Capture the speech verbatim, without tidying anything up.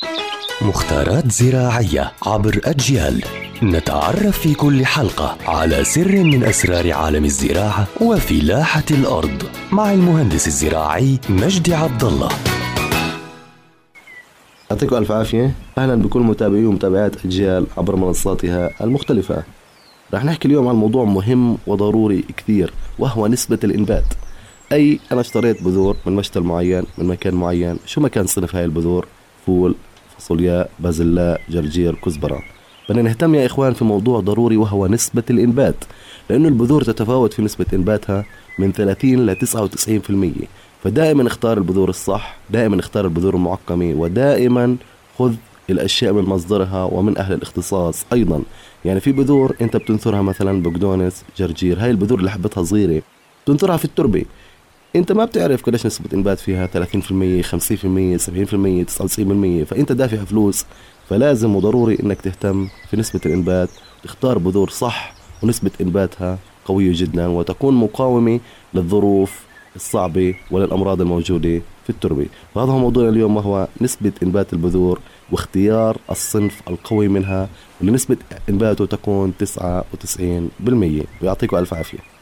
مختارات زراعية عبر أجيال، نتعرف في كل حلقة على سر من أسرار عالم الزراعة وفلاحة الأرض مع المهندس الزراعي مجدي عبد الله. يعطيكم ألف عافية. أهلا بكل متابعي ومتابعات أجيال عبر منصاتها المختلفة. رح نحكي اليوم عن موضوع مهم وضروري كثير، وهو نسبة الإنبات. أي أنا اشتريت بذور من مشتل معين من مكان معين، شو ما كان صنف هاي البذور، فول، فاصولياء، بازلاء، جرجير، كزبرة، بدنا نهتم يا إخوان في موضوع ضروري وهو نسبة الإنبات، لأنه البذور تتفاوت في نسبة إنباتها من ثلاثين إلى تسعة وتسعين بالمئة. فدائما اختار البذور الصح، دائما اختار البذور المعقمة، ودائما خذ الأشياء من مصدرها ومن أهل الاختصاص أيضا. يعني في بذور أنت بتنثرها مثلا بقدونس، جرجير، هاي البذور اللي حبتها صغيرة بتنثرها في التربة، أنت ما بتعرف قديش نسبة إنبات فيها، ثلاثين بالمئة، خمسين بالمئة، سبعين بالمئة، تسعة وتسعين بالمئة، فأنت دافع فلوس. فلازم وضروري أنك تهتم في نسبة الإنبات، تختار بذور صح ونسبة إنباتها قوية جدا وتكون مقاومة للظروف الصعبة وللأمراض الموجودة في التربة. وهذا هو موضوعنا اليوم، وهو نسبة إنبات البذور واختيار الصنف القوي منها واللي نسبة إنباته تكون تسعة وتسعين بالمئة. ويعطيكم ألف عافية.